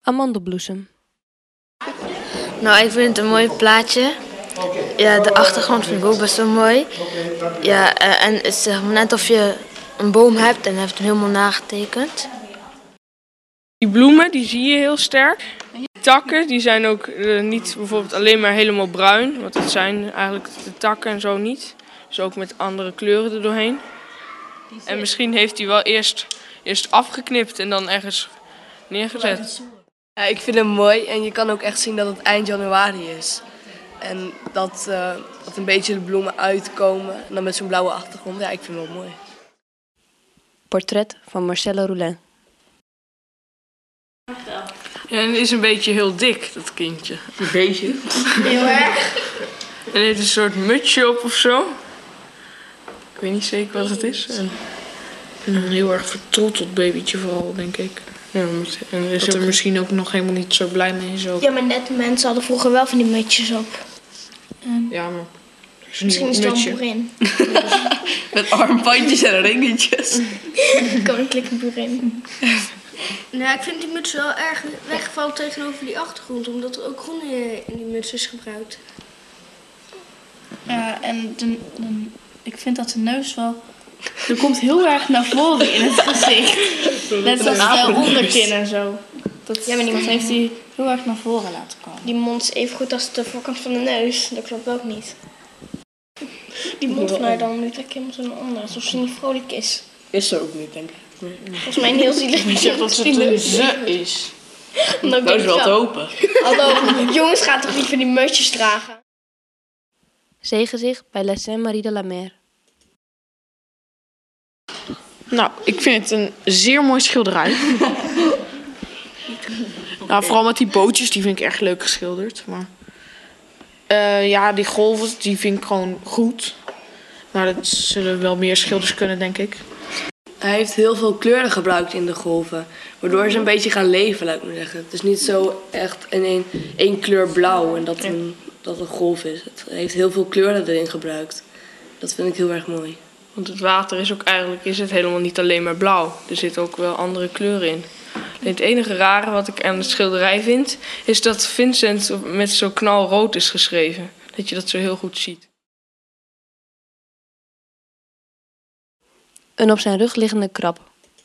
Amandelbloesem. Nou, ik vind het een mooi plaatje. Ja, de achtergrond vind ik ook best wel mooi. Ja, en het is net of je een boom hebt en heeft hem helemaal nagetekend. Die bloemen die zie je heel sterk. De takken die zijn ook niet bijvoorbeeld alleen maar helemaal bruin. Want dat zijn eigenlijk de takken en zo niet. Dus ook met andere kleuren er doorheen. En misschien heeft hij wel eerst afgeknipt en dan ergens neergezet. Ja, ik vind hem mooi en je kan ook echt zien dat het eind januari is. En dat een beetje de bloemen uitkomen en dan met zo'n blauwe achtergrond. Ja, ik vind het wel mooi. Portret van Marcelle Roulin. Ja, en het is een beetje heel dik, dat kindje. Een beetje. Heel erg. En hij heeft een soort mutsje op of zo. Ik weet niet zeker wat het is. En een heel erg vertrotteld babytje vooral, denk ik. Ja, en is er misschien ook nog helemaal niet zo blij mee. Zo. Ja, maar nette mensen hadden vroeger wel van die mutjes op. Ja, maar Misschien is het wel een boerin. Met armbandjes en ringetjes. Koninklijke boerin. Nou, ik vind die muts wel erg weggevallen tegenover die achtergrond. Omdat er ook groen in die muts is gebruikt. Ja, en ik vind dat de neus wel... Er komt heel erg naar voren in het gezicht. Net als de onderkin en zo. Ja, maar Dat heeft hij heel erg naar voren laten komen. Die mond is even goed als de voorkant van de neus. Dat klopt ook niet. Die mond van haar dan niet helemaal zo'n ander. Alsof ze niet vrolijk is. Is ze ook niet, denk ik. Volgens mij een heel zielig je zegt dat het een ze is. Dat is wel te hopen. Hallo, jongens gaan toch niet van die mutjes dragen? Zeegezicht bij La Sainte-Marie de la Mer. Nou, ik vind het een zeer mooi schilderij. Nou, vooral met die bootjes, die vind ik echt leuk geschilderd. Maar ja, die golven, die vind ik gewoon goed. Maar dat zullen wel meer schilders kunnen, denk ik. Hij heeft heel veel kleuren gebruikt in de golven. Waardoor ze een beetje gaan leven, laat ik maar zeggen. Het is niet zo echt in één kleur blauw en dat een golf is. Het heeft heel veel kleuren erin gebruikt. Dat vind ik heel erg mooi. Want het water is ook eigenlijk helemaal niet alleen maar blauw. Er zitten ook wel andere kleuren in. Alleen het enige rare wat ik aan het schilderij vind, is dat Vincent met zo knalrood is geschreven. Dat je dat zo heel goed ziet. Een op zijn rug liggende krab.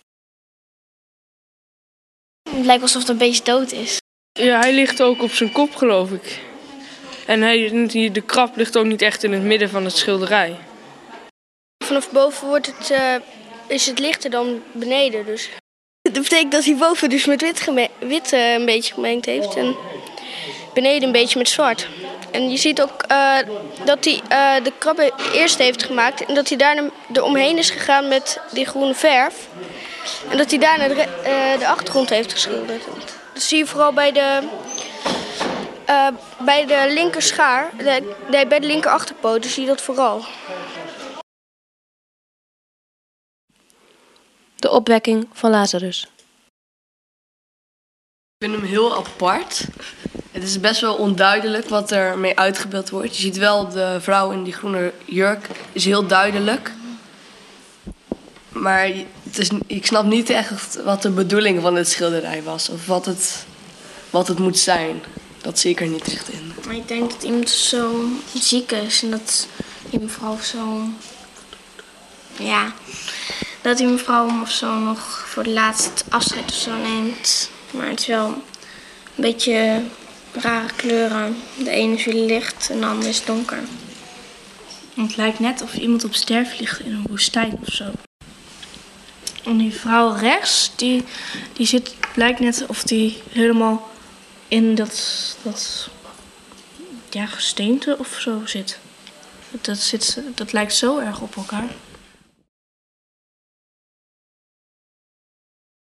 Het lijkt alsof het een beetje dood is. Ja, hij ligt ook op zijn kop, geloof ik. En de krab ligt ook niet echt in het midden van het schilderij. Vanaf boven is het lichter dan beneden. Dus. Dat betekent dat hij boven dus met wit een beetje gemengd heeft. En beneden een beetje met zwart. En je ziet ook dat hij de krabben eerst heeft gemaakt. En dat hij daarna eromheen is gegaan met die groene verf. En dat hij daarna de achtergrond heeft geschilderd. Dat zie je vooral bij de linker schaar. Bij de linker achterpoot zie je dat vooral. De opwekking van Lazarus. Ik vind hem heel apart. Het is best wel onduidelijk wat er mee uitgebeeld wordt. Je ziet wel de vrouw in die groene jurk, is heel duidelijk. Maar ik snap niet echt wat de bedoeling van het schilderij was. Of wat het moet zijn. Dat zie ik er niet echt in. Maar ik denk dat iemand zo ziek is. En dat die mevrouw zo... Ja... Dat die mevrouw hem of zo nog voor de laatste afscheid of zo neemt. Maar het is wel een beetje rare kleuren. De ene is weer licht en de andere is donker. Het lijkt net of iemand op sterf ligt in een woestijn of zo. En die vrouw rechts, die lijkt net of die helemaal in dat gesteente of zo zit. Dat lijkt zo erg op elkaar.